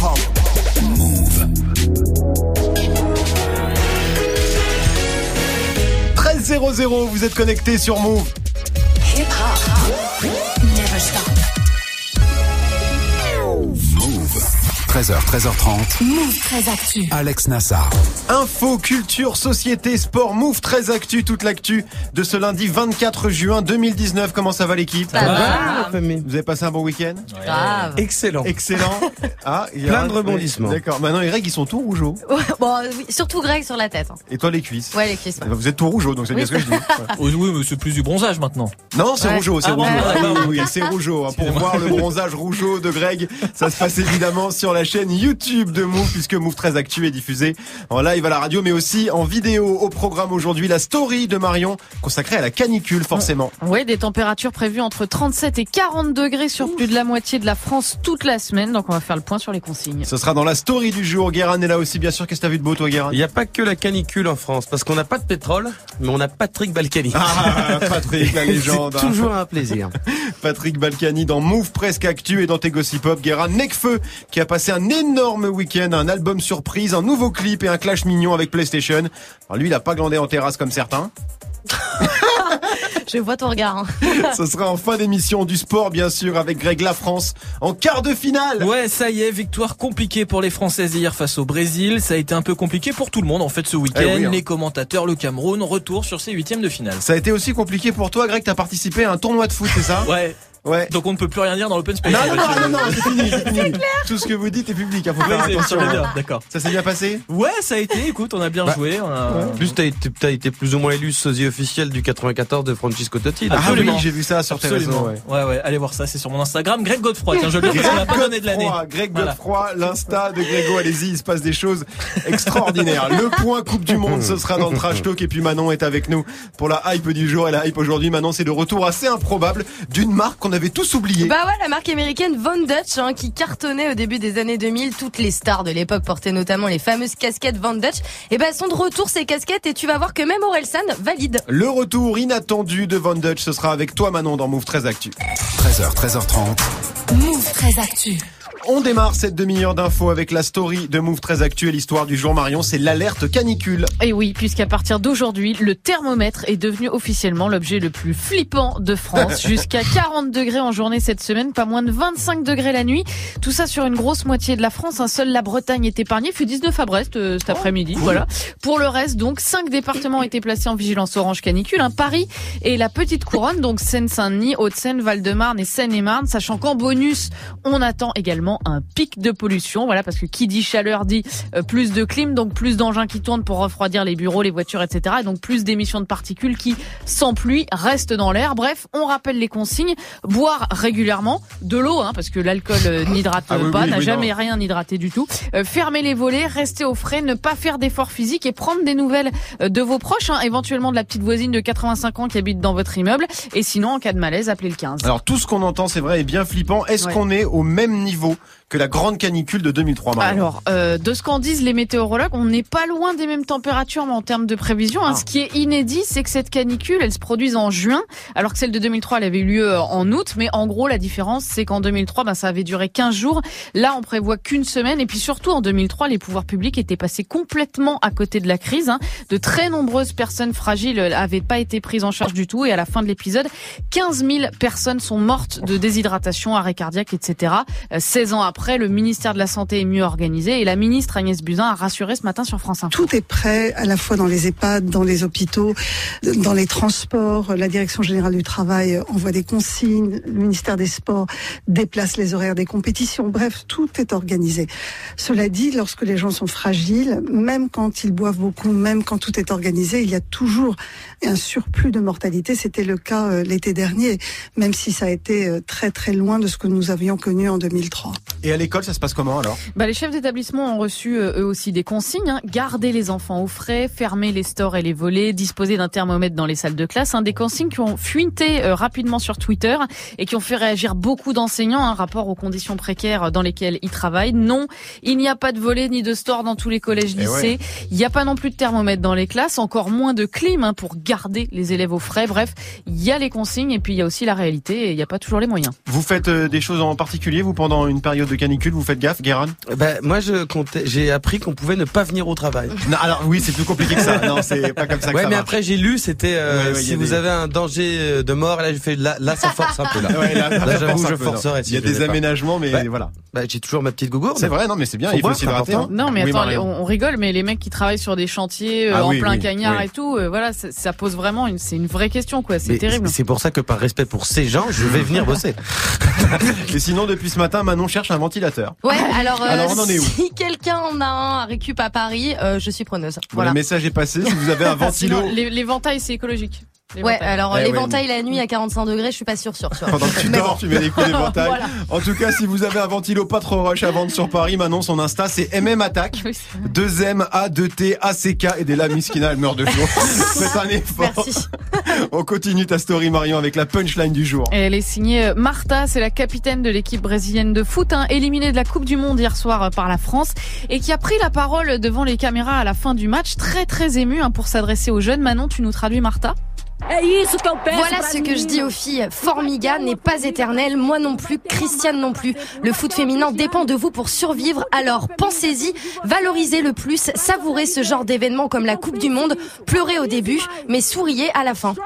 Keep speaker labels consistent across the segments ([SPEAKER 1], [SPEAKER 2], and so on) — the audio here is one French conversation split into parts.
[SPEAKER 1] hip-hop.
[SPEAKER 2] Move.
[SPEAKER 1] 13h00, vous êtes connectés sur Move.
[SPEAKER 3] Hip-hop. Never stop.
[SPEAKER 2] Move. 13h, 13h30.
[SPEAKER 3] Move 13 Actu.
[SPEAKER 2] Alex Nassar.
[SPEAKER 1] Info, culture, société, sport, Move 13 Actu, toute l'actu de ce lundi 24 juin 2019. Comment ça va l'équipe?
[SPEAKER 4] Ça va.
[SPEAKER 1] Vous avez passé un bon week-end?
[SPEAKER 4] Grave.
[SPEAKER 5] Excellent.
[SPEAKER 1] Excellent. Ah, il y
[SPEAKER 5] Plein de rebondissements.
[SPEAKER 1] D'accord. Maintenant, les Greg, ils sont tout rougeaux.
[SPEAKER 4] Bon, oui, surtout Greg sur la tête. Hein.
[SPEAKER 1] Et toi, les cuisses?
[SPEAKER 4] Ouais, les cuisses. Ouais.
[SPEAKER 1] Vous êtes tout rougeaux, donc c'est bien ce que je dis. Ouais.
[SPEAKER 6] Oui, mais c'est plus du bronzage maintenant.
[SPEAKER 1] Non, c'est
[SPEAKER 4] Ouais.
[SPEAKER 1] rougeau, c'est
[SPEAKER 6] Ah bon,
[SPEAKER 1] rougeau.
[SPEAKER 6] ouais,
[SPEAKER 1] Ah
[SPEAKER 6] ouais,
[SPEAKER 1] oui, oui, c'est rougeau. Pour voir le bronzage rougeau de Greg, ça se passe évidemment sur la chaîne YouTube de Move, puisque Move 13 Actu est diffusé en live à la radio, mais aussi en vidéo. Au programme aujourd'hui, la story de Marion, consacrée à la canicule, forcément.
[SPEAKER 7] Oui, des températures prévues entre 37 et 40 degrés sur plus de la moitié de la France toute la semaine. Donc on va faire le point sur les consignes.
[SPEAKER 1] Ce sera dans la story du jour. Guérin est là aussi, bien sûr. Qu'est-ce que t'as vu de beau, toi, Guérin?
[SPEAKER 5] Il n'y a pas que la canicule en France, parce qu'on n'a pas de pétrole, mais on a Patrick Balkany.
[SPEAKER 1] Ah, Patrick, la légende.
[SPEAKER 5] C'est toujours un plaisir.
[SPEAKER 1] Patrick Balkany dans Move Presque Actu et dans tes Gossip Pop. Guérin, Necfeu, qui a passé un énorme week-end, un album surprise, un nouveau clip et un clash mignon avec PlayStation. Alors lui, il a pas glandé en terrasse comme certains.
[SPEAKER 4] Je vois ton regard. Hein.
[SPEAKER 1] Ce sera en fin d'émission, du sport bien sûr, avec Greg La France en quart de finale.
[SPEAKER 6] Ouais, ça y est, victoire compliquée pour les Françaises hier face au Brésil. Ça a été un peu compliqué pour tout le monde en fait ce week-end.
[SPEAKER 1] Eh oui, hein.
[SPEAKER 6] Les commentateurs, le Cameroun, retour sur ses huitièmes de finale.
[SPEAKER 1] Ça a été aussi compliqué pour toi, Greg. T'as participé à un tournoi de foot, c'est ça?
[SPEAKER 6] Ouais.
[SPEAKER 1] Ouais.
[SPEAKER 6] Donc on ne peut plus rien dire dans l'open space.
[SPEAKER 1] Non, c'est fini, c'est fini. Tout ce que vous dites est public, hein, faut faire attention.
[SPEAKER 6] Bien, d'accord.
[SPEAKER 1] Ça s'est bien passé?
[SPEAKER 6] Ouais, ça a été, écoute, on a bien joué. On a...
[SPEAKER 5] En plus, t'as été plus ou moins élu sosie officiel du 94 de Francisco Totti.
[SPEAKER 1] Ah oui,
[SPEAKER 6] Absolument.
[SPEAKER 1] j'ai vu ça sur tes
[SPEAKER 6] Absolument.
[SPEAKER 1] réseaux. Ouais.
[SPEAKER 6] Ouais, allez voir ça, c'est sur mon Instagram, Greg Godefroy. Tiens, je le dis parce qu'on n'a pas donné de l'année.
[SPEAKER 1] Greg
[SPEAKER 6] Voilà.
[SPEAKER 1] Godefroy, l'Insta de Grégo, allez-y, il se passe des choses extraordinaires. Le point Coupe du Monde, ce sera dans le Trash Talk, et puis Manon est avec nous pour la hype du jour. Et la hype aujourd'hui, Manon, c'est le retour assez improbable d'une marque qu'on avait tous oubliée.
[SPEAKER 4] Bah ouais, la marque américaine Von Dutch, hein, qui cartonnait au début des années 2000. Toutes les stars de l'époque portaient notamment les fameuses casquettes Von Dutch. Et bah, elles sont de retour, ces casquettes, et tu vas voir que même Orelsan valide.
[SPEAKER 1] Le retour inattendu de Von Dutch, ce sera avec toi, Manon, dans Move 13 Actu.
[SPEAKER 2] 13h, 13h30.
[SPEAKER 3] Move 13 Actu.
[SPEAKER 1] On démarre cette demi-heure d'infos avec la story de Move 13 Actu et l'histoire du jour, Marion, c'est l'alerte canicule.
[SPEAKER 7] Et oui, puisqu'à partir d'aujourd'hui, le thermomètre est devenu officiellement l'objet le plus flippant de France. Jusqu'à 40 degrés en journée cette semaine, pas moins de 25 degrés la nuit. Tout ça sur une grosse moitié de la France. Seule la Bretagne est épargnée. Il fait 19 à Brest cet après-midi. Voilà. Pour le reste, donc, 5 départements ont été placés en vigilance orange canicule. Paris et la Petite Couronne, donc Seine-Saint-Denis, Hauts-de-Seine, Val-de-Marne et Seine-et-Marne. Sachant qu'en bonus, on attend également un pic de pollution. Voilà, parce que qui dit chaleur dit plus de clim, donc plus d'engins qui tournent pour refroidir les bureaux, les voitures, etc. Et donc plus d'émissions de particules qui, sans pluie, restent dans l'air. Bref, on rappelle les consignes. Boire régulièrement de l'eau, parce que l'alcool n'hydrate pas, n'a jamais rien hydraté du tout. Fermer les volets, rester au frais, ne pas faire d'efforts physiques et prendre des nouvelles de vos proches, éventuellement de la petite voisine de 85 ans qui habite dans votre immeuble. Et sinon, en cas de malaise, appelez le 15.
[SPEAKER 1] Alors tout ce qu'on entend, c'est vrai, est bien flippant. Est-ce qu'on est au même niveau que la grande canicule de 2003, Marion?
[SPEAKER 7] Alors, de ce qu'en disent les météorologues, on n'est pas loin des mêmes températures, mais en termes de prévision. Ce qui est inédit, c'est que cette canicule, elle se produise en juin, alors que celle de 2003, elle avait eu lieu en août. Mais en gros, la différence, c'est qu'en 2003, ça avait duré 15 jours. Là, on prévoit qu'une semaine. Et puis surtout, en 2003, les pouvoirs publics étaient passés complètement à côté de la crise. De très nombreuses personnes fragiles n'avaient pas été prises en charge du tout. Et à la fin de l'épisode, 15 000 personnes sont mortes de déshydratation, arrêt cardiaque, etc. 16 ans après, le ministère de la Santé est mieux organisé et la ministre Agnès Buzyn a rassuré ce matin sur France Info.
[SPEAKER 8] Tout est prêt, à la fois dans les EHPAD, dans les hôpitaux, dans les transports. La Direction générale du travail envoie des consignes, le ministère des Sports déplace les horaires des compétitions. Bref, tout est organisé. Cela dit, lorsque les gens sont fragiles, même quand ils boivent beaucoup, même quand tout est organisé, il y a toujours un surplus de mortalité. C'était le cas l'été dernier, même si ça a été très très loin de ce que nous avions connu en 2003.
[SPEAKER 1] Et à l'école, ça se passe comment alors?
[SPEAKER 7] Les chefs d'établissement ont reçu eux aussi des consignes. Garder les enfants au frais, fermer les stores et les volets, disposer d'un thermomètre dans les salles de classe. Des consignes qui ont fuité rapidement sur Twitter et qui ont fait réagir beaucoup d'enseignants. Rapport aux conditions précaires dans lesquelles ils travaillent. Non, il n'y a pas de volet ni de store dans tous les collèges, lycées. Il n'y a pas non plus de thermomètre dans les classes, encore moins de clim pour garder les élèves au frais. Bref, il y a les consignes et puis il y a aussi la réalité et il n'y a pas toujours les moyens.
[SPEAKER 1] Vous faites des choses en particulier, vous, pendant une période de canicule, vous faites gaffe, Guérin?
[SPEAKER 5] Moi, j'ai appris qu'on pouvait ne pas venir au travail.
[SPEAKER 1] Non, alors oui, c'est plus compliqué que ça. Non, c'est pas comme ça que ça
[SPEAKER 5] mais
[SPEAKER 1] marche.
[SPEAKER 5] après j'ai lu, c'était si vous avez un danger de mort, là j'ai fait là ça force un peu là.
[SPEAKER 1] Ouais, là
[SPEAKER 5] j'avoue je forcerais.
[SPEAKER 1] Il y a des aménagements, mais voilà.
[SPEAKER 5] J'ai toujours ma petite gougourde.
[SPEAKER 1] C'est vrai, non, mais c'est bien. Il faut s'hydrater.
[SPEAKER 7] Non, mais attends, on rigole, mais les mecs qui travaillent sur des chantiers en plein cagnard et tout, voilà, ça pose vraiment c'est une vraie question, quoi. C'est terrible.
[SPEAKER 5] C'est pour ça que par respect pour ces gens, je vais venir bosser.
[SPEAKER 1] Et sinon, depuis ce matin, Manon cherche un ventilateur.
[SPEAKER 4] Ouais, alors
[SPEAKER 1] on en est où?
[SPEAKER 4] Si quelqu'un en a un à récup à Paris, je suis preneuse.
[SPEAKER 1] Voilà. Le message est passé. Si vous avez un ventilo.
[SPEAKER 7] Sinon, l'éventail, c'est écologique.
[SPEAKER 4] L'éventail la nuit à 45 degrés, je suis pas sûre.
[SPEAKER 1] Pendant que tu dors, tu mets des coups d'éventail.
[SPEAKER 4] Voilà.
[SPEAKER 1] En tout cas, si vous avez un ventilo pas trop rush à vendre sur Paris, Manon, son Insta, c'est MM Attack. 2M, A, 2T, ACK et des lames Miskina, elle meurt de chaud. Faites un effort.
[SPEAKER 4] Merci.
[SPEAKER 1] On continue ta story, Marion, avec la punchline du jour.
[SPEAKER 7] Et elle est signée Marta, c'est la capitaine de l'équipe brésilienne de foot, éliminée de la Coupe du Monde hier soir par la France et qui a pris la parole devant les caméras à la fin du match, très très émue pour s'adresser aux jeunes. Manon, tu nous traduis Marta?
[SPEAKER 4] Voilà ce que je dis aux filles. Formiga n'est pas éternel, moi non plus, Christiane non plus. Le foot féminin dépend de vous pour survivre, alors pensez-y, valorisez le plus, savourez ce genre d'événement comme la Coupe du Monde, pleurez au début, mais souriez à la fin.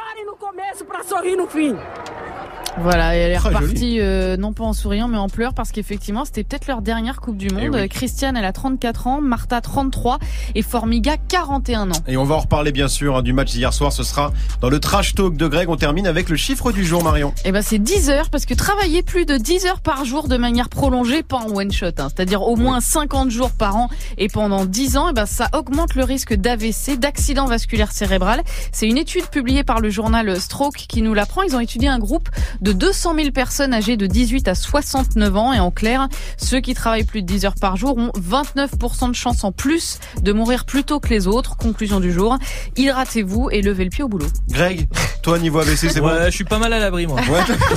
[SPEAKER 7] Voilà, et elle est repartie non pas en souriant mais en pleurs parce qu'effectivement c'était peut-être leur dernière Coupe du Monde. Oui. Christiane, elle a 34 ans, Marta 33 et Formiga 41 ans.
[SPEAKER 1] Et on va en reparler bien sûr du match d'hier soir, ce sera dans le trash talk de Greg. On termine avec le chiffre du jour, Marion.
[SPEAKER 7] C'est 10 heures parce que travailler plus de 10 heures par jour de manière prolongée, pas en one shot, c'est-à-dire au moins 50 jours par an et pendant 10 ans, ça augmente le risque d'AVC, d'accident vasculaire cérébral. C'est une étude publiée par le journal Stroke qui nous l'apprend. Ils ont étudié un groupe de 200 000 personnes âgées de 18 à 69 ans et en clair, ceux qui travaillent plus de 10 heures par jour ont 29% de chance en plus de mourir plus tôt que les autres. Conclusion du jour, hydratez-vous et levez le pied au boulot.
[SPEAKER 1] Greg, toi niveau AVC c'est bon?
[SPEAKER 6] Ouais, je suis pas mal à l'abri moi.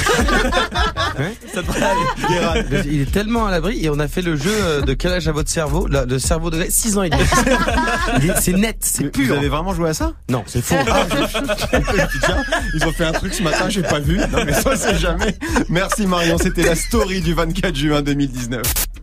[SPEAKER 1] Ouais.
[SPEAKER 6] Ça devrait aller.
[SPEAKER 5] Il est tellement à l'abri et on a fait le jeu de quel âge a votre cerveau? Le cerveau de Greg, 6 ans et demi. C'est net, c'est pur.
[SPEAKER 1] Vous avez vraiment joué à ça?
[SPEAKER 5] Non, c'est faux.
[SPEAKER 1] Ils ont fait un truc ce matin, j'ai pas vu. Non mais ça c'est jamais. Merci Marion, c'était la story du 24 juin 2019.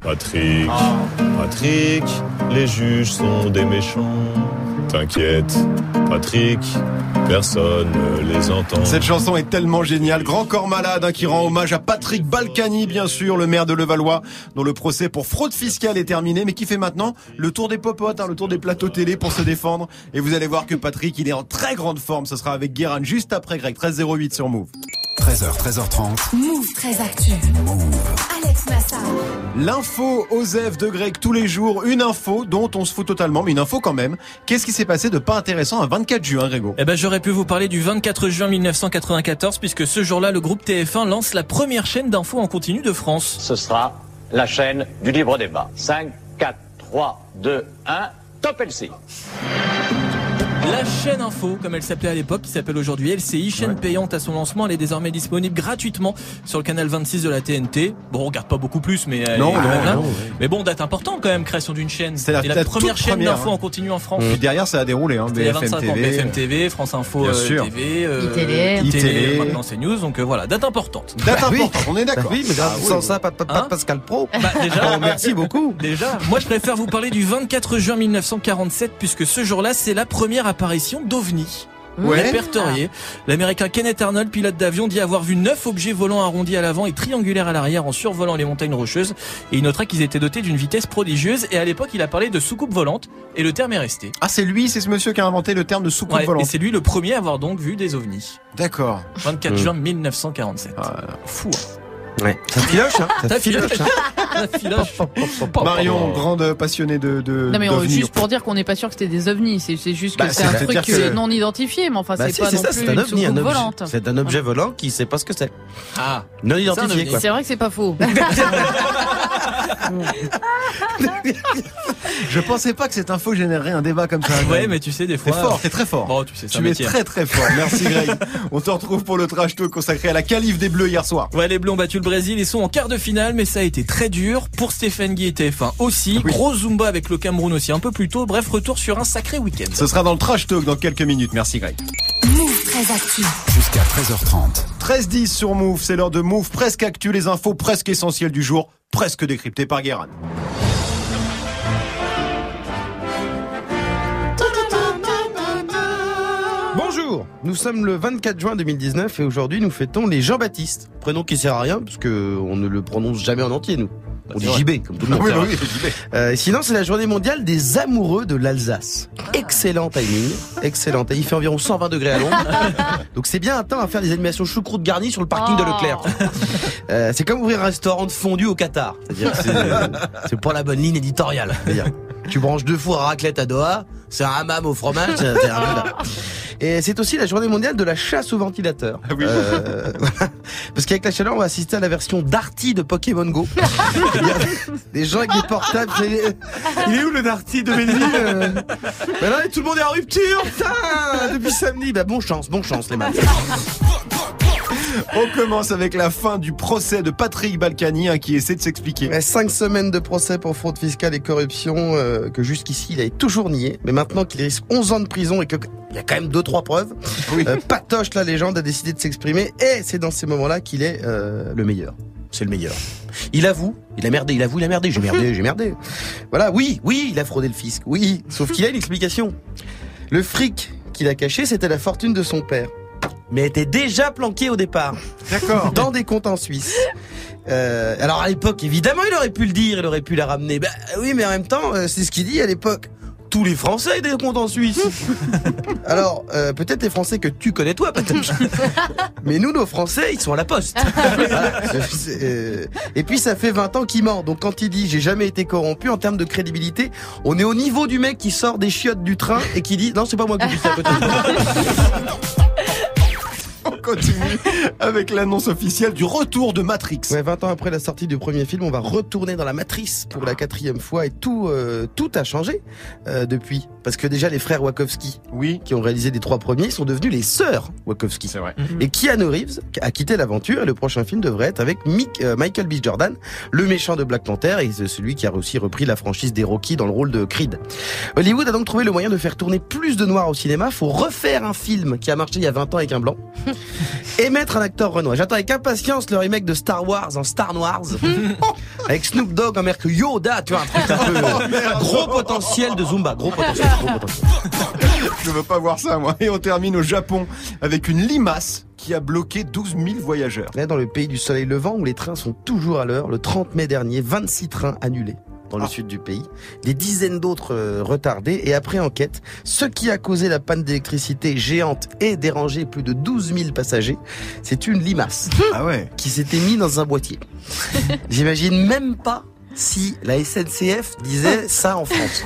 [SPEAKER 9] Patrick, les juges sont des méchants. T'inquiète, Patrick, personne ne les entend.
[SPEAKER 1] Cette chanson est tellement géniale. Grand Corps Malade qui rend hommage à Patrick Balkany, bien sûr, le maire de Levallois, dont le procès pour fraude fiscale est terminé, mais qui fait maintenant le tour des popotes, le tour des plateaux télé pour se défendre. Et vous allez voir que Patrick, il est en très grande forme. Ce sera avec Guérin juste après Greg, 13h08 sur Move.
[SPEAKER 2] 13h, 13h30.
[SPEAKER 3] Move 13 Actu. Alex Nassar.
[SPEAKER 1] L'info OSEF de Greg tous les jours. Une info dont on se fout totalement, mais une info quand même. Qu'est-ce qui s'est passé de pas intéressant un 24 juin, Grégo?
[SPEAKER 6] J'aurais pu vous parler du 24 juin 1994, puisque ce jour-là, le groupe TF1 lance la première chaîne d'infos en continu de France.
[SPEAKER 10] Ce sera la chaîne du libre débat. 5, 4, 3, 2, 1, top LCI.
[SPEAKER 6] La chaîne info, comme elle s'appelait à l'époque, qui s'appelle aujourd'hui LCI, chaîne payante à son lancement, elle est désormais disponible gratuitement sur le canal 26 de la TNT. Bon, on regarde pas beaucoup plus, mais
[SPEAKER 1] non,
[SPEAKER 6] mais bon, date importante quand même, création d'une chaîne.
[SPEAKER 1] C'est
[SPEAKER 6] la première chaîne d'info en continu en France.
[SPEAKER 1] Puis derrière, ça a déroulé,
[SPEAKER 6] BFM TV, BFM TV, France Info TV,
[SPEAKER 4] ITélé,
[SPEAKER 6] maintenant c'est News, donc voilà, date importante.
[SPEAKER 1] Date importante, on est d'accord.
[SPEAKER 5] Oui, mais sans ça, pas Pascal Pro.
[SPEAKER 6] Déjà,
[SPEAKER 5] merci beaucoup.
[SPEAKER 6] Déjà, moi je préfère vous parler du 24 juin 1947, puisque ce jour-là, c'est la première apparition d'OVNI. Répertorié. L'américain Kenneth Arnold, pilote d'avion, dit avoir vu 9 objets volants arrondis à l'avant et triangulaires à l'arrière en survolant les montagnes rocheuses. Et il notera qu'ils étaient dotés d'une vitesse prodigieuse. Et à l'époque, il a parlé de soucoupe volante. Et le terme est resté.
[SPEAKER 1] Ah, c'est ce monsieur qui a inventé le terme de soucoupe volante.
[SPEAKER 6] Et c'est lui le premier à avoir donc vu des ovnis.
[SPEAKER 1] D'accord.
[SPEAKER 6] 24 juin 1947. Fou,
[SPEAKER 5] Ouais. Ça filoche, Ça filoche.
[SPEAKER 1] Marion, grande passionnée de
[SPEAKER 7] non mais
[SPEAKER 1] d'ovnis.
[SPEAKER 7] juste pour dire qu'on n'est pas sûr que c'était des ovnis, c'est juste que c'est un truc non identifié, mais enfin c'est pas non plus une soucoupe volante.
[SPEAKER 5] C'est un objet volant qui sait pas ce que c'est.
[SPEAKER 6] Ah,
[SPEAKER 5] non identifié quoi.
[SPEAKER 7] C'est vrai que c'est pas faux.
[SPEAKER 1] Je pensais pas que cette info générerait un débat comme ça.
[SPEAKER 6] Ouais, mais tu sais, des fois.
[SPEAKER 1] T'es fort, t'es très fort.
[SPEAKER 6] Bon, tu sais,
[SPEAKER 1] tu es très très fort. Merci Greg. On te retrouve pour le trash talk consacré à la qualif des Bleus hier soir.
[SPEAKER 6] Ouais, les Bleus ont battu le Brésil, ils sont en quart de finale, mais ça a été très dur pour Stéphane Guy et TF1 aussi. Oui. Gros Zumba avec le Cameroun aussi un peu plus tôt. Bref, retour sur un sacré week-end.
[SPEAKER 1] Ce sera dans le trash talk dans quelques minutes. Merci Greg.
[SPEAKER 3] Move 13 Actu.
[SPEAKER 2] Jusqu'à 13h30.
[SPEAKER 1] 13-10 sur Move, c'est l'heure de Move Presque Actu, les infos presque essentielles du jour, presque décryptées par Guérin.
[SPEAKER 5] Bonjour, nous sommes le 24 juin 2019 et aujourd'hui nous fêtons les Jean-Baptiste. Prénom qui sert à rien parce que on ne le prononce jamais en entier nous. On dit JB, comme tout le monde.
[SPEAKER 1] Oui, JB.
[SPEAKER 5] Sinon, c'est la journée mondiale des amoureux de l'Alsace. Excellent timing, excellent. Il fait environ 120 degrés à l'ombre. Donc c'est bien un temps à faire des animations choucroute garnies sur le parking de Leclerc. C'est comme ouvrir un restaurant de fondue au Qatar. C'est-à-dire que c'est pas la bonne ligne éditoriale. C'est-à-dire, tu branches 2 fours à raclette à Doha, c'est un hammam au fromage, c'est un peu... Et c'est aussi la journée mondiale de la chasse au ventilateur.
[SPEAKER 1] Ah oui.
[SPEAKER 5] Parce qu'avec la chaleur, on va assister à la version Darty de Pokémon Go. Il y a des gens avec des portables. Il est où le Darty de Ménil Ben là, tout le monde est en rupture, putain, depuis samedi. Ben bonne chance les mecs.
[SPEAKER 1] On commence avec la fin du procès de Patrick Balkany qui essaie de s'expliquer.
[SPEAKER 5] 5 semaines de procès pour fraude fiscale et corruption que jusqu'ici il avait toujours nié. Mais maintenant qu'il risque 11 ans de prison et qu'il y a quand même 2-3 preuves, Patoche la légende a décidé de s'exprimer et c'est dans ces moments-là qu'il est le meilleur. C'est le meilleur. Il avoue, il a merdé, j'ai merdé. Voilà, oui, il a fraudé le fisc, oui. Sauf qu'il a une explication. Le fric qu'il a caché, c'était la fortune de son père. Mais était déjà planqué au départ.
[SPEAKER 1] D'accord.
[SPEAKER 5] Dans des comptes en Suisse. Alors à l'époque, évidemment, il aurait pu le dire, il aurait pu la ramener. Ben oui, mais en même temps, c'est ce qu'il dit à l'époque. Tous les Français ont des comptes en Suisse. Alors, peut-être les Français que tu connais toi, peut-être. Mais nous, nos Français, ils sont à la poste. Voilà. Et puis, ça fait 20 ans qu'il ment. Donc, quand il dit « j'ai jamais été corrompu », en termes de crédibilité, on est au niveau du mec qui sort des chiottes du train et qui dit « non, c'est pas moi qui dis ça, peut-être ».
[SPEAKER 1] On continue avec l'annonce officielle du retour de Matrix.
[SPEAKER 5] Ouais, 20 ans après la sortie du premier film, on va retourner dans la matrice pour la 4e fois et tout a changé depuis. Parce que déjà les frères Wachowski, qui ont réalisé les 3 premiers, sont devenus les sœurs Wachowski.
[SPEAKER 1] C'est vrai.
[SPEAKER 5] Et Keanu Reeves a quitté l'aventure et le prochain film devrait être avec Michael B. Jordan, le méchant de Black Panther et celui qui a aussi repris la franchise des Rocky dans le rôle de Creed. Hollywood a donc trouvé le moyen de faire tourner plus de noirs au cinéma. Faut refaire un film qui a marché il y a 20 ans avec un blanc. Et mettre un acteur renois. J'attends avec impatience le remake de Star Wars en Star Wars. Avec Snoop Dogg en mer que Yoda, tu vois, un truc un peu gros potentiel de Zumba, gros potentiel.
[SPEAKER 1] Je veux pas voir ça, moi. Et on termine au Japon avec une limace qui a bloqué 12 000 voyageurs.
[SPEAKER 5] Là, dans le pays du soleil levant où les trains sont toujours à l'heure, le 30 mai dernier, 26 trains annulés dans le sud du pays, des dizaines d'autres retardés, et après enquête, ce qui a causé la panne d'électricité géante et dérangé plus de 12 000 passagers, c'est une limace qui s'était mise dans un boîtier. J'imagine même pas si la SNCF disait ça en France.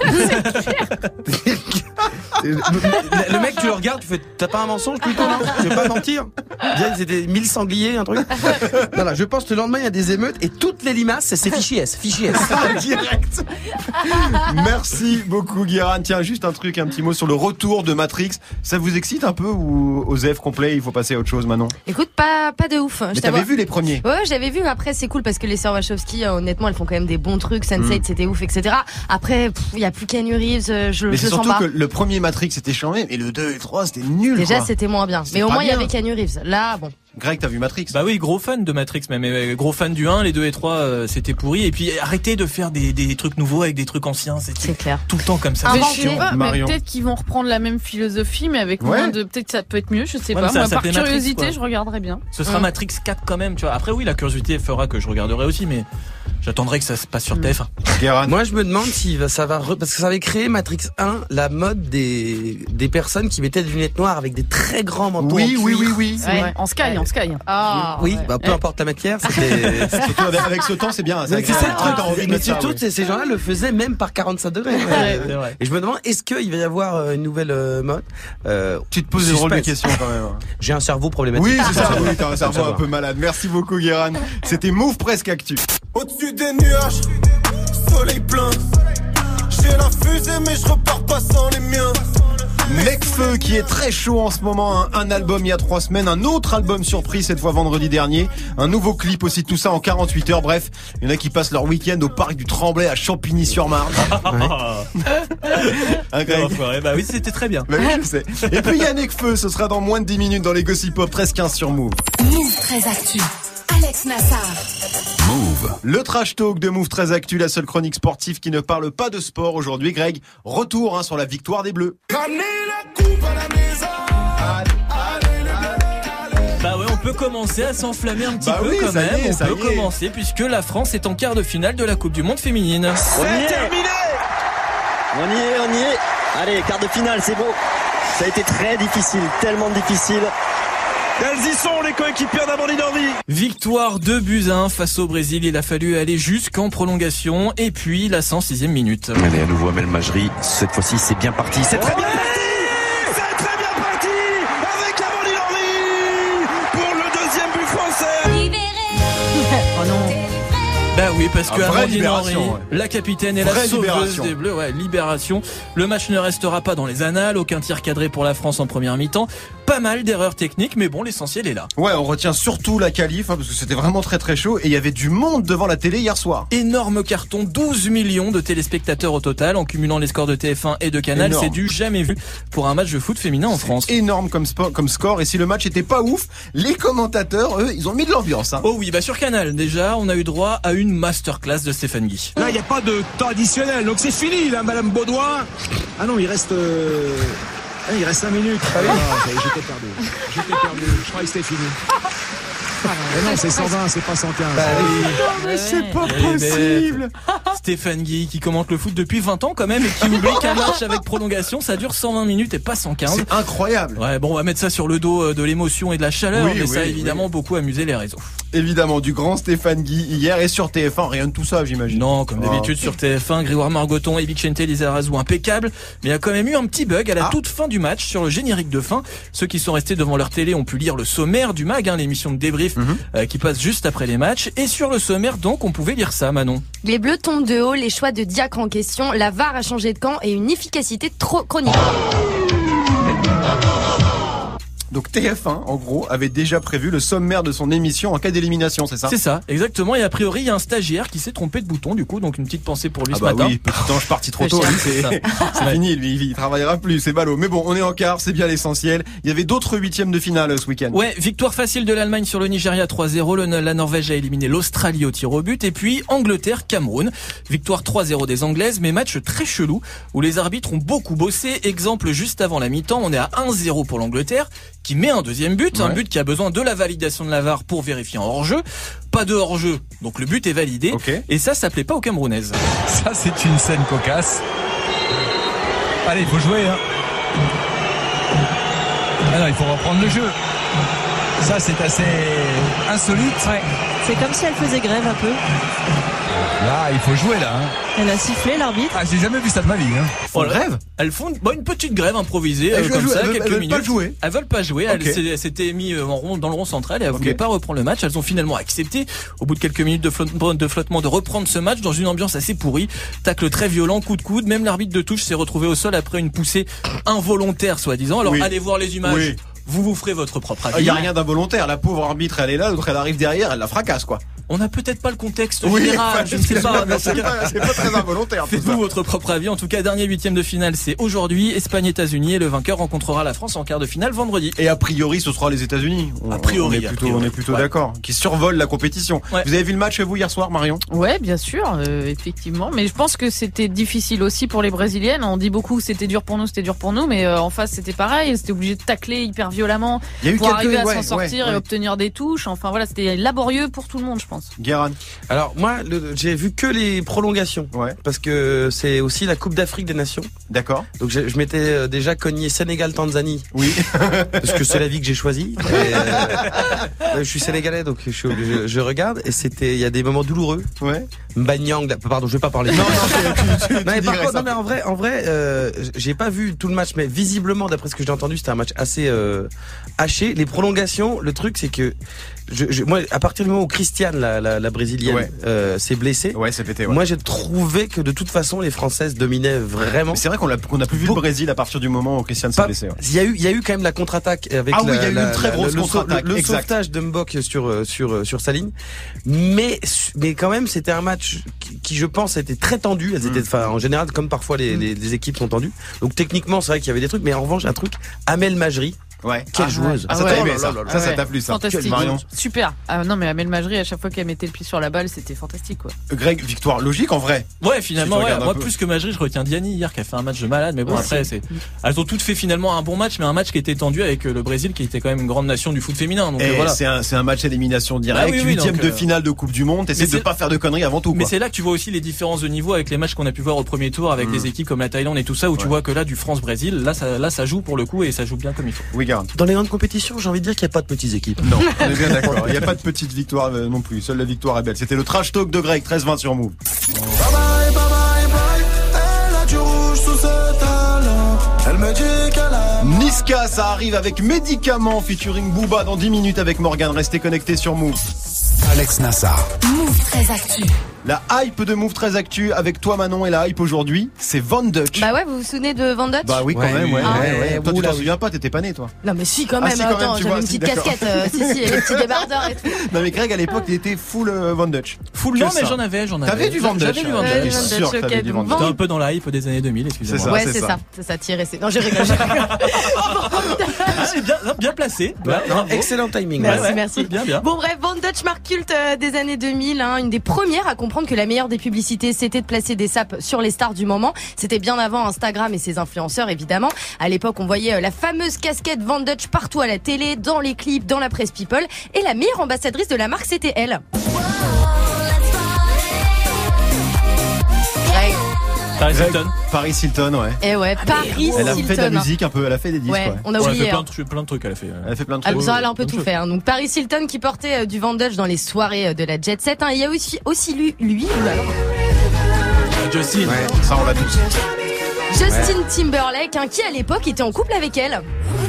[SPEAKER 5] Le mec, tu le regardes, tu fais, t'as pas un mensonge plutôt, non? Tu veux pas mentir? C'était 1000 sangliers, un truc. Voilà, je pense que le lendemain, il y a des émeutes et toutes les limaces, c'est fichier S.
[SPEAKER 1] Direct. Merci beaucoup, Guérin. Tiens, juste un petit mot sur le retour de Matrix. Ça vous excite un peu ou aux F complet, il faut passer à autre chose, Manon?
[SPEAKER 4] Écoute, pas de ouf.
[SPEAKER 1] Mais t'avais vu les premiers?
[SPEAKER 4] Ouais, j'avais vu. Après, c'est cool parce que les sœurs Wachowski, honnêtement, elles font quand même des bons trucs. Sense8, c'était ouf, etc. Après, il y a plus Keanu Reeves, je le sens pas.
[SPEAKER 1] Mais c'est surtout que le premier Matrix c'était charmé, et le 2 et le 3 c'était nul.
[SPEAKER 4] Déjà, c'était moins bien. Mais au moins, il y avait Keanu Reeves. Là, bon.
[SPEAKER 1] Greg, t'as vu Matrix?
[SPEAKER 6] Bah oui, gros fan de Matrix, mais gros fan du 1, les 2 et 3, c'était pourri. Et puis, arrêtez de faire des trucs nouveaux avec des trucs anciens.
[SPEAKER 4] C'est clair.
[SPEAKER 6] Tout le temps comme ça.
[SPEAKER 7] Mais je sais pas, mais peut-être qu'ils vont reprendre la même philosophie, mais avec moins de, peut-être ça peut être mieux, je sais pas. Moi, par curiosité, Matrix, je regarderai bien.
[SPEAKER 6] Ce sera Matrix 4 quand même, tu vois. Après, oui, la curiosité fera que je regarderai aussi, mais j'attendrai que ça se passe sur TF1.
[SPEAKER 5] Moi, je me demande si ça va parce que ça avait créé Matrix 1 la mode des personnes qui mettaient des lunettes noires avec des très grands manteaux.
[SPEAKER 1] Oui.
[SPEAKER 7] Ouais. En sky.
[SPEAKER 5] Oui, peu importe la matière, c'était
[SPEAKER 1] surtout avec ce temps, c'est bien.
[SPEAKER 5] C'est ça le truc. Mais surtout, ces gens-là le faisaient même par 45 degrés.
[SPEAKER 6] C'est vrai.
[SPEAKER 5] Et je me demande, est-ce qu'il va y avoir une nouvelle mode?
[SPEAKER 1] Tu te poses des drôles de questions quand même.
[SPEAKER 5] J'ai un cerveau problématique.
[SPEAKER 1] Oui, c'est ça. Oui, t'as un cerveau un peu malade. Merci beaucoup, Guérin. C'était Move Presque Actu.
[SPEAKER 11] Au-dessus des nuages, soleil plein. J'ai la fusée mais je repars pas sans les miens.
[SPEAKER 1] Nekfeu qui est très chaud en ce moment, un album il y a 3 semaines, un autre album surprise cette fois vendredi dernier, un nouveau clip aussi, tout ça en 48 heures. Bref, il y en a qui passent leur week-end au parc du Tremblay à Champigny-sur-Marne.
[SPEAKER 6] Bah oui, c'était très bien.
[SPEAKER 1] Bah oui, je sais. Et puis il y a Nekfeu, ce sera dans moins de 10 minutes dans les Gossip Pop 13-15 sur Move.
[SPEAKER 3] Move 13 Actu. Alex Nassar.
[SPEAKER 2] Move.
[SPEAKER 1] Le trash talk de Move 13 Actu, la seule chronique sportive qui ne parle pas de sport aujourd'hui. Greg, retour sur la victoire des Bleus.
[SPEAKER 6] Bah ouais, on peut commencer à s'enflammer un petit peu quand même. On peut commencer puisque la France est en quart de finale de la Coupe du Monde féminine.
[SPEAKER 12] C'est terminé. On y est. Allez, quart de finale, c'est beau. Ça a été très difficile, tellement difficile.
[SPEAKER 11] Elles y sont, les coéquipières d'Amandine Henry.
[SPEAKER 6] Victoire 2-1 face au Brésil. Il a fallu aller jusqu'en prolongation. Et puis la 106e minute.
[SPEAKER 13] Allez, à nouveau Amel Majri. Cette fois-ci, c'est bien parti. C'est très bien parti.
[SPEAKER 11] C'est très bien parti avec Amandine Henry pour le deuxième but français.
[SPEAKER 7] Oh non.
[SPEAKER 6] Bah oui, parce que Amandine Henry,
[SPEAKER 1] ouais.
[SPEAKER 6] la capitaine et la sauveuse des Bleus, libération. Le match ne restera pas dans les annales, aucun tir cadré pour la France en première mi-temps. Pas mal d'erreurs techniques, mais bon, l'essentiel est là.
[SPEAKER 1] Ouais, on retient surtout la qualif, parce que c'était vraiment très très chaud, et il y avait du monde devant la télé hier soir.
[SPEAKER 6] Énorme carton, 12 millions de téléspectateurs au total, en cumulant les scores de TF1 et de Canal.
[SPEAKER 1] Énorme.
[SPEAKER 6] C'est du jamais vu pour un match de foot féminin en France.
[SPEAKER 1] Énorme comme score, et si le match était pas ouf, les commentateurs, eux, ils ont mis de l'ambiance.
[SPEAKER 6] Oh oui, sur Canal, déjà, on a eu droit à une masterclass de Stéphane Guy.
[SPEAKER 11] Là, il n'y a pas de temps additionnel, donc c'est fini, là, Madame Baudouin. Ah non, il reste 5 minutes. J'étais perdu. Je crois que c'était fini. Mais non, c'est 120, c'est pas 115.
[SPEAKER 1] Non, mais c'est pas possible.
[SPEAKER 6] Stéphane Guy qui commente le foot depuis 20 ans quand même et qui oublie qu'un match avec prolongation ça dure 120 minutes et pas 115.
[SPEAKER 1] C'est incroyable.
[SPEAKER 6] Ouais, bon, on va mettre ça sur le dos de l'émotion et de la chaleur, mais ça a évidemment beaucoup amusé les réseaux.
[SPEAKER 1] Évidemment, du grand Stéphane Guy hier et sur TF1, rien de tout ça, j'imagine.
[SPEAKER 6] Non, comme d'habitude sur TF1, Grégoire Margoton et Vicente Lizarazu impeccable, mais il y a quand même eu un petit bug à la toute fin du match sur le générique de fin. Ceux qui sont restés devant leur télé ont pu lire le sommaire du MAG, l'émission de débrief qui passe juste après les matchs. Et sur le sommaire, donc, on pouvait lire ça, Manon.
[SPEAKER 4] Les Bleus tombent de haut, les choix de Diacre en question, la VAR a changé de camp et une efficacité trop chronique.
[SPEAKER 1] Donc TF1, en gros, avait déjà prévu le sommaire de son émission en cas d'élimination, c'est ça?
[SPEAKER 6] C'est ça, exactement. Et a priori, il y a un stagiaire qui s'est trompé de bouton, du coup, donc une petite pensée pour lui ce matin.
[SPEAKER 1] Oui, petit ange parti trop tôt, c'est fini, lui, il travaillera plus, c'est ballot. Mais bon, on est en quart, c'est bien l'essentiel. Il y avait d'autres huitièmes de finale ce week-end.
[SPEAKER 6] Ouais, victoire facile de l'Allemagne sur le Nigeria 3-0. La Norvège a éliminé l'Australie au tir au but. Et puis, Angleterre-Cameroun. Victoire 3-0 des Anglaises, mais match très chelou, où les arbitres ont beaucoup bossé. Exemple, juste avant la mi-temps, on est à 1-0 pour l'Angleterre, qui met un deuxième but, un but qui a besoin de la validation de la VAR pour vérifier un hors-jeu. Pas de hors-jeu, donc le but est validé. Et ça plaît pas aux Camerounaises.
[SPEAKER 14] Ça, c'est une scène cocasse. Allez, il faut jouer. Ah non, il faut reprendre le jeu. Ça, c'est assez insolite.
[SPEAKER 15] Ouais. C'est comme si elle faisait grève un peu.
[SPEAKER 14] Là, il faut jouer là.
[SPEAKER 15] Elle a sifflé l'arbitre.
[SPEAKER 14] Ah, j'ai jamais vu ça de ma vie.
[SPEAKER 6] Grève. Elles font une petite grève improvisée comme ça, quelques minutes. Elles veulent pas jouer. Elles s'étaient mis en rond dans le rond central et elles voulaient pas reprendre le match. Elles ont finalement accepté, au bout de quelques minutes de flottement, de reprendre ce match dans une ambiance assez pourrie. Tacle très violent, coup de coude. Même l'arbitre de touche s'est retrouvé au sol après une poussée involontaire, soi-disant. Alors allez voir les images.
[SPEAKER 1] Oui.
[SPEAKER 6] Vous ferez votre propre avis.
[SPEAKER 1] Il y a rien d'involontaire. La pauvre arbitre, elle est là, l'autre elle arrive derrière, elle la fracasse quoi.
[SPEAKER 6] On n'a peut-être pas le contexte général, je ne sais pas.
[SPEAKER 1] C'est pas très involontaire.
[SPEAKER 6] Faites-vous votre propre avis. En tout cas, dernier huitième de finale, c'est aujourd'hui. Espagne-États-Unis et le vainqueur rencontrera la France en quart de finale vendredi.
[SPEAKER 1] Et a priori, ce sera les États-Unis. On est plutôt d'accord. Qui survolent la compétition. Ouais. Vous avez vu le match vous hier soir, Marion?
[SPEAKER 7] Ouais, bien sûr, effectivement. Mais je pense que c'était difficile aussi pour les Brésiliennes. On dit beaucoup c'était dur pour nous, mais en face c'était pareil. C'était obligé de tacler hyper violemment pour arriver à s'en sortir et obtenir des touches. Enfin voilà, c'était laborieux pour tout le monde, je pense.
[SPEAKER 1] Guérin.
[SPEAKER 5] Alors moi, j'ai vu que les prolongations, parce que c'est aussi la Coupe d'Afrique des Nations.
[SPEAKER 1] D'accord.
[SPEAKER 5] Donc je m'étais déjà cogné Sénégal-Tanzanie.
[SPEAKER 1] Oui.
[SPEAKER 5] Parce que c'est la vie que j'ai choisie. Je suis sénégalais, donc je regarde et il y a des moments douloureux.
[SPEAKER 1] Ouais.
[SPEAKER 5] Mbanyang, pardon, je vais pas parler.
[SPEAKER 1] Non,
[SPEAKER 5] mais en vrai, j'ai pas vu tout le match, mais visiblement, d'après ce que j'ai entendu, c'était un match assez haché. Les prolongations, le truc, c'est que moi, à partir du moment où Christiane, la brésilienne s'est blessée.
[SPEAKER 1] Ouais, c'est pété. Ouais.
[SPEAKER 5] Moi, j'ai trouvé que de toute façon, les Françaises dominaient vraiment.
[SPEAKER 1] Mais c'est vrai qu'on a plus vu le Brésil à partir du moment où Christiane s'est blessée. Ouais.
[SPEAKER 5] Il y a eu quand même la contre-attaque avec
[SPEAKER 1] il y a eu une très grosse contre-attaque.
[SPEAKER 5] Le sauvetage de Mbok sur sa ligne. Mais quand même, c'était un match qui je pense, a été très tendu. Elles étaient, en général, comme parfois les équipes sont tendues. Donc techniquement, c'est vrai qu'il y avait des trucs. Mais en revanche, un truc, Amel Majri.
[SPEAKER 1] Ouais.
[SPEAKER 5] Quelle joueuse.
[SPEAKER 1] Ça t'a aimé, ça. Ça t'a plu, ça.
[SPEAKER 7] Fantastique.
[SPEAKER 1] Marion.
[SPEAKER 7] Super. Non, mais Amel Majri, à chaque fois qu'elle mettait le pied sur la balle, c'était fantastique, quoi.
[SPEAKER 1] Greg, victoire logique, en vrai.
[SPEAKER 6] Ouais, finalement, moi, plus que Majri, je retiens Diani hier, qui a fait un match de malade, mais bon, après, elles ont toutes fait finalement un bon match, mais un match qui était tendu avec le Brésil, qui était quand même une grande nation du foot féminin. Donc, voilà.
[SPEAKER 1] C'est un match élimination directe, 8e de finale de Coupe du Monde, t'essaies de pas faire de conneries avant tout, quoi.
[SPEAKER 6] Mais c'est là que tu vois aussi les différences de niveau avec les matchs qu'on a pu voir au premier tour avec des équipes comme la Thaïlande et tout ça, où tu vois que là, du France-Brésil, là, ça joue pour le coup et ça joue bien comme il faut.
[SPEAKER 1] Oui, garde.
[SPEAKER 5] Dans les grandes compétitions, j'ai envie de dire qu'il n'y a pas de petites équipes.
[SPEAKER 1] Non, on est bien d'accord. Il n'y a pas de petite victoire non plus. Seule la victoire est belle. C'était le trash talk de Greg, 13-20 sur Move. Niska, ça arrive avec Médicaments featuring Booba dans 10 minutes avec Morgane. Restez connectés sur Move.
[SPEAKER 2] Alex Nassar.
[SPEAKER 3] Move très actu.
[SPEAKER 1] La hype de Move très actu avec toi Manon et la hype aujourd'hui, c'est Von Dutch.
[SPEAKER 4] Bah ouais, vous vous souvenez de Von Dutch?
[SPEAKER 1] Bah oui, quand même, ouais. Toi, tu t'en souviens pas, t'étais pas né, toi.
[SPEAKER 4] Non, mais si, quand même.
[SPEAKER 1] Si,
[SPEAKER 4] attends, j'avais une petite casquette. Si, les petits débardeurs et tout.
[SPEAKER 1] Non, mais Greg, à l'époque, il était full Von Dutch.
[SPEAKER 6] Full, non, mais j'en avais.
[SPEAKER 1] T'avais du Von Dutch.
[SPEAKER 6] J'avais du Von Dutch.
[SPEAKER 1] Sûr que t'avais du Von Dutch.
[SPEAKER 6] J'étais un peu dans la hype des années 2000, excusez-moi.
[SPEAKER 4] Ouais, c'est ça. Thierry, c'est. Non, j'ai rigolé.
[SPEAKER 6] C'est bien placé.
[SPEAKER 5] Excellent timing.
[SPEAKER 4] Merci.
[SPEAKER 6] Bien.
[SPEAKER 4] Bon, bref, Von Dutch marque culte des années 2000, une des premières à comprendre que la meilleure des publicités, c'était de placer des sapes sur les stars du moment. C'était bien avant Instagram et ses influenceurs, évidemment. À l'époque, on voyait la fameuse casquette Von Dutch partout à la télé, dans les clips, dans la presse people. Et la meilleure ambassadrice de la marque, c'était elle.
[SPEAKER 1] Paris Hilton, ouais.
[SPEAKER 4] Et ouais, Paris Hilton.
[SPEAKER 1] Elle a fait de la musique un peu, elle a fait des disques,
[SPEAKER 4] ouais. On a oublié.
[SPEAKER 6] Elle a fait plein de trucs, elle a fait.
[SPEAKER 1] Elle a fait plein de trucs.
[SPEAKER 4] Elle a un peu tout fait. Donc Paris Hilton qui portait du Von Dutch dans les soirées de la Jet Set. Il y a aussi lui.
[SPEAKER 6] Justin.
[SPEAKER 1] Ouais, ça on l'a tous.
[SPEAKER 4] Justin Timberlake, qui à l'époque était en couple avec elle.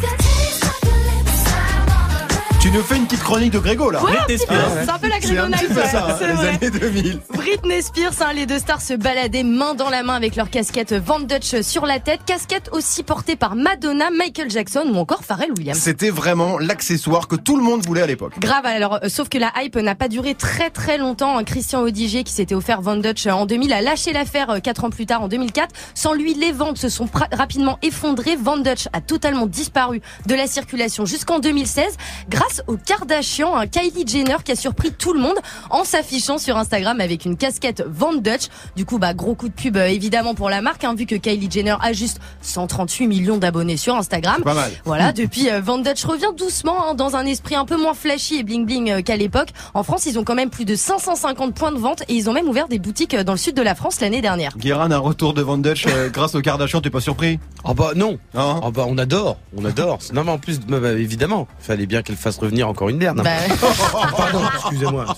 [SPEAKER 1] Tu nous fais une petite chronique de Grégo là.
[SPEAKER 4] Ouais, c'est un peu la Grégo Night.
[SPEAKER 1] C'est ça, les années 2000.
[SPEAKER 4] Britney Spears, les deux stars se baladaient main dans la main avec leur casquette Von Dutch sur la tête. Casquette aussi portée par Madonna, Michael Jackson ou encore Pharrell Williams.
[SPEAKER 1] C'était vraiment l'accessoire que tout le monde voulait à l'époque.
[SPEAKER 4] Grave, alors sauf que la hype n'a pas duré très très longtemps. Christian Audigier, qui s'était offert Von Dutch en 2000, a lâché l'affaire 4 ans plus tard en 2004. Sans lui, les ventes se sont rapidement effondrées. Von Dutch a totalement disparu de la circulation jusqu'en 2016 grâce aux Kardashian, Kylie Jenner qui a surpris tout le monde en s'affichant sur Instagram avec une casquette Von Dutch. Du coup, gros coup de pub évidemment pour la marque, vu que Kylie Jenner a juste 138 millions d'abonnés sur Instagram.
[SPEAKER 1] C'est pas mal.
[SPEAKER 4] Voilà, depuis Von Dutch revient doucement dans un esprit un peu moins flashy et bling bling qu'à l'époque. En France, ils ont quand même plus de 550 points de vente et ils ont même ouvert des boutiques dans le sud de la France l'année dernière.
[SPEAKER 1] Guérin, un retour de Von Dutch grâce aux Kardashian, t'es pas surpris?
[SPEAKER 5] Non. On adore. Non, mais en plus, évidemment, fallait bien qu'elle fasse revenir encore une merde. Pardon, excusez-moi.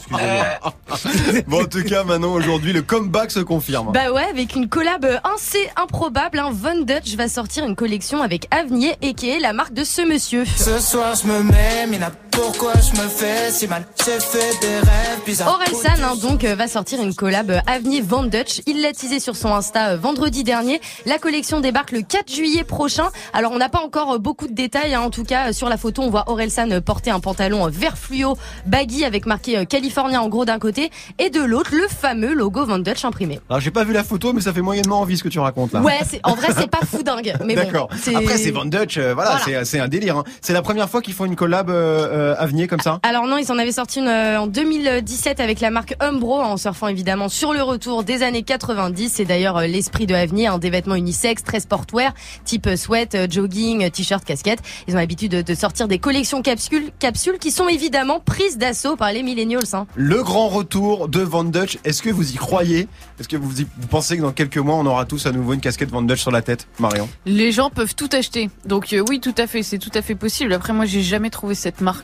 [SPEAKER 1] Bon, en tout cas, maintenant, aujourd'hui, le comeback se confirme.
[SPEAKER 4] Avec une collab assez improbable, Von Dutch va sortir une collection avec Avenir et qui est la marque de ce monsieur.
[SPEAKER 16] Ce soir, je me mets, Mina, pourquoi je me fais si mal? J'ai fait des rêves bizarres.
[SPEAKER 4] Orelsan, donc, va sortir une collab Avenir Von Dutch. Il l'a teasé sur son Insta vendredi dernier. La collection débarque le 4 juillet prochain. Alors, on n'a pas encore beaucoup de détails, en tout cas, sur la photo, on voit Orelsan porter un pantalon vert fluo, baggy avec marqué californien en gros d'un côté et de l'autre le fameux logo Von Dutch imprimé.
[SPEAKER 1] Alors j'ai pas vu la photo mais ça fait moyennement envie ce que tu racontes là.
[SPEAKER 4] Ouais, en vrai c'est pas fou dingue mais
[SPEAKER 1] d'accord.
[SPEAKER 4] Bon,
[SPEAKER 1] après c'est Von Dutch, c'est un délire. C'est la première fois qu'ils font une collab Avenir comme ça.
[SPEAKER 4] Alors non, ils en avaient sorti une en 2017 avec la marque Umbro en surfant évidemment sur le retour des années 90. C'est d'ailleurs l'esprit de Avenir, des vêtements unisexes très sportwear, type sweat, jogging, t-shirt, casquette. Ils ont l'habitude de sortir des collections capsules qui sont évidemment prises d'assaut par les millennials.
[SPEAKER 1] Le grand retour de Von Dutch, est-ce que vous y croyez? Est-ce que vous pensez que dans quelques mois on aura tous à nouveau une casquette Von Dutch sur la tête, Marion?
[SPEAKER 7] Les gens peuvent tout acheter, donc oui, tout à fait, c'est tout à fait possible. Après, moi j'ai jamais trouvé cette marque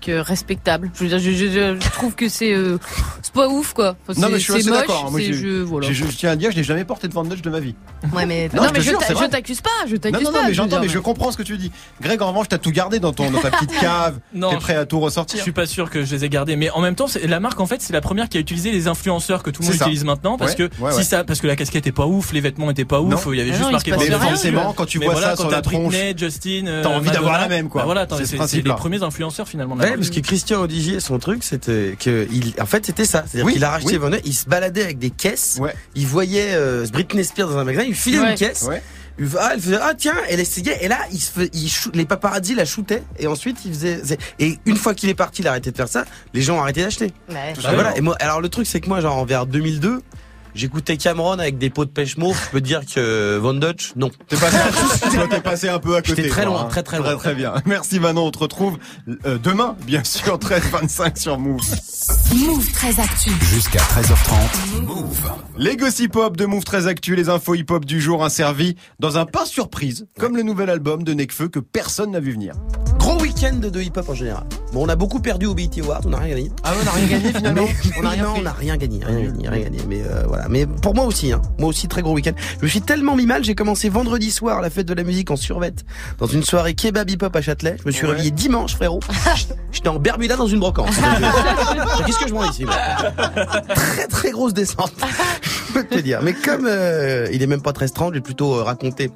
[SPEAKER 7] respectable. Je veux dire, je trouve que c'est pas ouf quoi. Enfin,
[SPEAKER 1] non mais je suis assez
[SPEAKER 7] moche,
[SPEAKER 1] d'accord. Moi,
[SPEAKER 7] voilà.
[SPEAKER 1] je tiens à dire, je n'ai jamais porté de Van Dutch de ma vie.
[SPEAKER 4] Ouais mais
[SPEAKER 7] non mais je t'accuse pas.
[SPEAKER 1] Non mais j'entends, mais je comprends ce que tu dis. Greg, en revanche, t'as tout gardé dans ta petite cave. T'es prêt à tout ressortir.
[SPEAKER 6] Je suis pas sûr que je les ai gardés, mais en même temps, la marque en fait, c'est la première qui a utilisé les influenceurs que tout le monde utilise maintenant, parce que parce que la casquette est pas ouf, les vêtements étaient pas ouf, il y avait juste marqué.
[SPEAKER 1] Mais forcément, quand tu vois ça sur la tronche,
[SPEAKER 6] Justin,
[SPEAKER 1] t'as envie d'avoir la même quoi.
[SPEAKER 6] Voilà, c'est les premiers influenceurs finalement.
[SPEAKER 5] Ouais, parce que Christian Odigier, son truc, c'était que en fait, c'était ça. C'est-à-dire qu'il a racheté Van Dutch, il se baladait avec des caisses, il voyait Britney Spears dans un magasin, il filait une caisse. Elle faisait tiens, elle essayait et là les paparazzi la shootaient et ensuite il faisait et une fois qu'il est parti, il a arrêté de faire ça, les gens ont arrêté d'acheter. Voilà. Et moi, alors le truc c'est que moi genre vers 2002 j'écoutais Cameron avec des pots de pêche mauve. Je peux te dire que Van Dutch, non.
[SPEAKER 1] T'es passé un peu à côté.
[SPEAKER 5] J'étais très loin, très loin.
[SPEAKER 1] Très bien. Merci Manon, on te retrouve demain, bien sûr, 13h25 sur Move.
[SPEAKER 3] Move 13 Actu.
[SPEAKER 2] Jusqu'à 13h30. Move.
[SPEAKER 1] Les gossip hop de Move 13 Actu, les infos hip hop du jour inservis dans un pain surprise, comme le nouvel album de Nekfeu que personne n'a vu venir.
[SPEAKER 5] Gros week-end de hip hop en général. Bon, on a beaucoup perdu au BET Awards, on n'a rien gagné.
[SPEAKER 1] Ah ouais, on n'a rien gagné finalement.
[SPEAKER 5] On n'a rien gagné. Mais voilà. Mais pour moi aussi, moi aussi très gros week-end. Je me suis tellement mis mal, j'ai commencé vendredi soir la fête de la musique en survette dans une soirée kebab hip hop à Châtelet. Je me suis réveillé dimanche, frérot. J'étais en Bermuda dans une brocante. Qu'est-ce que je vois ici moi? Très très grosse descente. Je peux te dire. Mais comme il est même pas 13h30, je vais plutôt raconter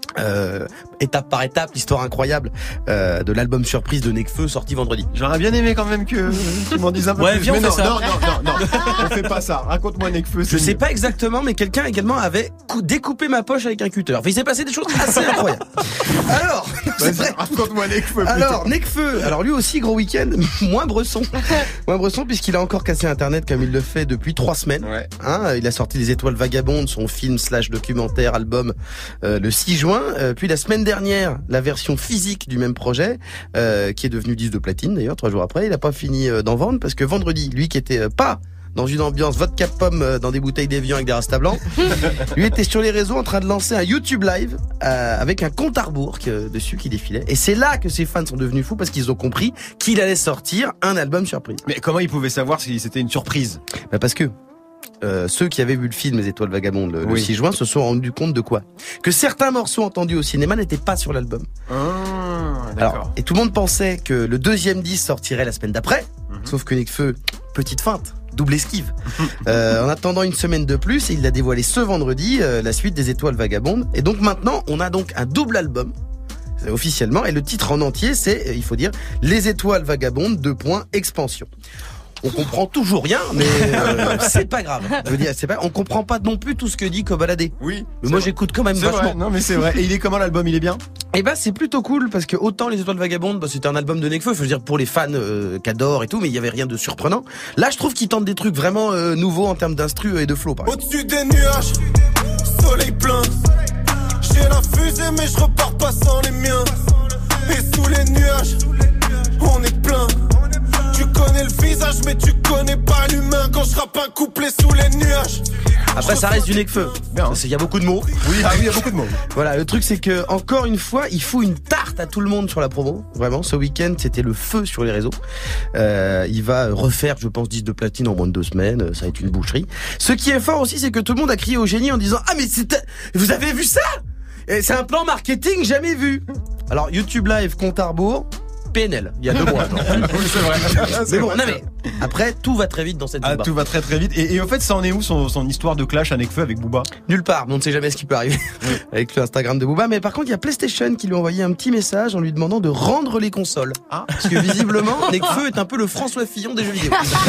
[SPEAKER 5] étape par étape l'histoire incroyable de l'album surprise de Nekfeu sorti vendredi.
[SPEAKER 1] J'aurais bien aimé quand même que tu m'en dises un peu plus.
[SPEAKER 6] Viens,
[SPEAKER 1] mais
[SPEAKER 6] on fait ça.
[SPEAKER 1] Non, on fait pas ça. Raconte-moi Nekfeu.
[SPEAKER 5] Je sais pas exactement, mais quelqu'un également avait découpé ma poche avec un cutter. Enfin, il s'est passé des choses assez incroyables. Alors,
[SPEAKER 1] raconte-moi Nekfeu.
[SPEAKER 5] Alors, Nekfeu, alors lui aussi gros week-end, moins bresson puisqu'il a encore cassé Internet comme il le fait depuis 3 semaines. Il a sorti Les Étoiles Vagabondes, son film / documentaire album le 6 juin. Puis la semaine dernière, la version physique du même projet, qui est devenu 10 de platine d'ailleurs 3 jours après. Il a pas fini d'en vendre parce que vendredi, lui qui était pas dans une ambiance vodka pomme dans des bouteilles d'évian avec des rastas blancs, lui était sur les réseaux en train de lancer un YouTube live avec un compte à rebours dessus qui défilait. Et c'est là que ses fans sont devenus fous parce qu'ils ont compris qu'il allait sortir un album surprise.
[SPEAKER 1] Mais comment ils pouvaient savoir si c'était une surprise?
[SPEAKER 5] Parce que ceux qui avaient vu le film Les Étoiles Vagabondes le 6 juin se sont rendus compte de quoi? Que certains morceaux entendus au cinéma n'étaient pas sur l'album. Alors, et tout le monde pensait que le deuxième disque sortirait la semaine d'après, sauf que Nekfeu, petite feinte, double esquive. En attendant une semaine de plus, et il l'a dévoilé ce vendredi, la suite des Étoiles Vagabondes. Et donc maintenant, on a donc un double album officiellement, et le titre en entier, c'est, il faut dire, Les Étoiles Vagabondes, : expansion. On comprend toujours rien, mais c'est pas grave. Je veux dire, on comprend pas non plus tout ce que dit Kobalade.
[SPEAKER 1] Oui.
[SPEAKER 5] Mais moi, j'écoute quand même vachement.
[SPEAKER 1] Vrai. Non, mais c'est vrai. Et il est comment l'album? Il est bien?
[SPEAKER 5] Eh ben, c'est plutôt cool parce que autant Les Étoiles Vagabondes, c'était un album de Nekfeu, il faut dire pour les fans qu'adorent et tout, mais il y avait rien de surprenant. Là, je trouve qu'il tente des trucs vraiment nouveaux en termes d'instru et de flow.
[SPEAKER 17] Au-dessus des nuages, soleil plein. J'ai la fusée, mais je repars pas sans les miens. Et sous les nuages, on est plein. Tu connais le visage, mais tu connais pas l'humain. Quand je rappe un couplet sous les nuages.
[SPEAKER 5] Après, ça reste du Nekfeu. Il y a beaucoup de mots.
[SPEAKER 1] Oui, il y a beaucoup de mots.
[SPEAKER 5] Voilà, le truc, c'est que, encore une fois, il fout une tarte à tout le monde sur la promo. Vraiment, ce week-end, c'était le feu sur les réseaux. Il va refaire, je pense, 10 de platine en moins de 2 semaines. Ça va être une boucherie. Ce qui est fort aussi, c'est que tout le monde a crié au génie en disant: ah, mais vous avez vu ça? Et c'est un plan marketing jamais vu. Alors, YouTube Live, compte à rebours. PNL, il y a 2 mois.
[SPEAKER 1] Oui, c'est vrai.
[SPEAKER 5] Mais bon, non mais après tout va très vite dans cette
[SPEAKER 1] Zumba. Tout va très très vite. Et en fait, ça en est où son histoire de clash à Nekfeu avec Booba?
[SPEAKER 5] Nulle part, mais on ne sait jamais ce qui peut arriver avec le Instagram de Booba. Mais par contre, il y a PlayStation qui lui a envoyé un petit message en lui demandant de rendre les consoles. Parce que visiblement, Nekfeu est un peu le François Fillon des jeux vidéo.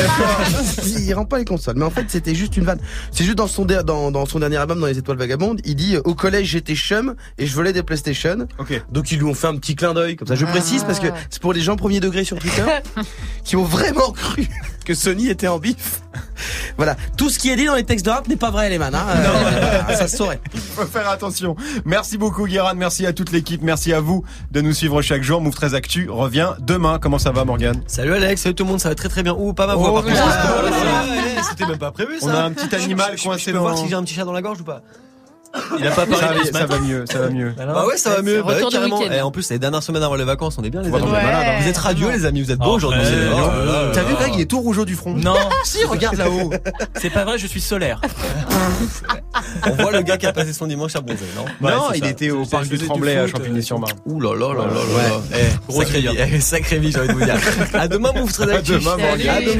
[SPEAKER 5] Il rend pas les consoles. Mais en fait, c'était juste une vanne. C'est juste dans son dernier album, dans Les Étoiles Vagabondes, il dit: au collège, j'étais chum et je volais des PlayStation. Donc ils lui ont fait un petit clin d'œil comme ça. Je précise parce que c'est pour les gens premier degré sur Twitter qui ont vraiment cru que Sony était en bif. Voilà, tout ce qui est dit dans les textes de rap n'est pas vrai, les man. Ça se saurait.
[SPEAKER 1] Il faut faire attention. Merci beaucoup Guérin, merci à toute l'équipe, merci à vous de nous suivre chaque jour. Move 13 Actu revient demain. Comment ça va, Morgane?
[SPEAKER 18] Salut Alex, salut tout le monde, ça va très très bien. Pas ma voix par contre. C'était même pas prévu ça.
[SPEAKER 1] On a un petit animal coincé
[SPEAKER 18] dans... Je peux voir si j'ai un petit chat dans la gorge ou pas? Il a pas parlé de
[SPEAKER 1] ça va mieux, ça va mieux.
[SPEAKER 18] Bah ouais, ça va mieux. Bah
[SPEAKER 7] Retour
[SPEAKER 18] ouais,
[SPEAKER 7] de
[SPEAKER 18] carrément.
[SPEAKER 7] week-end.
[SPEAKER 18] Et en plus, c'est les dernières semaines avant les vacances, on est bien les
[SPEAKER 1] Ouais,
[SPEAKER 18] amis.
[SPEAKER 1] on est malade, hein.
[SPEAKER 18] Vous êtes radieux les amis, vous êtes beaux aujourd'hui.
[SPEAKER 1] T'as vu Greg, il est tout rougeau du front.
[SPEAKER 6] Non.
[SPEAKER 1] Si, regarde là-haut.
[SPEAKER 6] C'est pas vrai, je suis solaire.
[SPEAKER 18] On voit le gars qui a passé son dimanche à bronzer, non?
[SPEAKER 1] Non, il était au parc du Tremblay à Champigny-sur-Marne.
[SPEAKER 18] Ouh là là là là là. Sacré vie, j'ai envie de vous dire. À demain, Move très actu.
[SPEAKER 1] À demain, Morgane.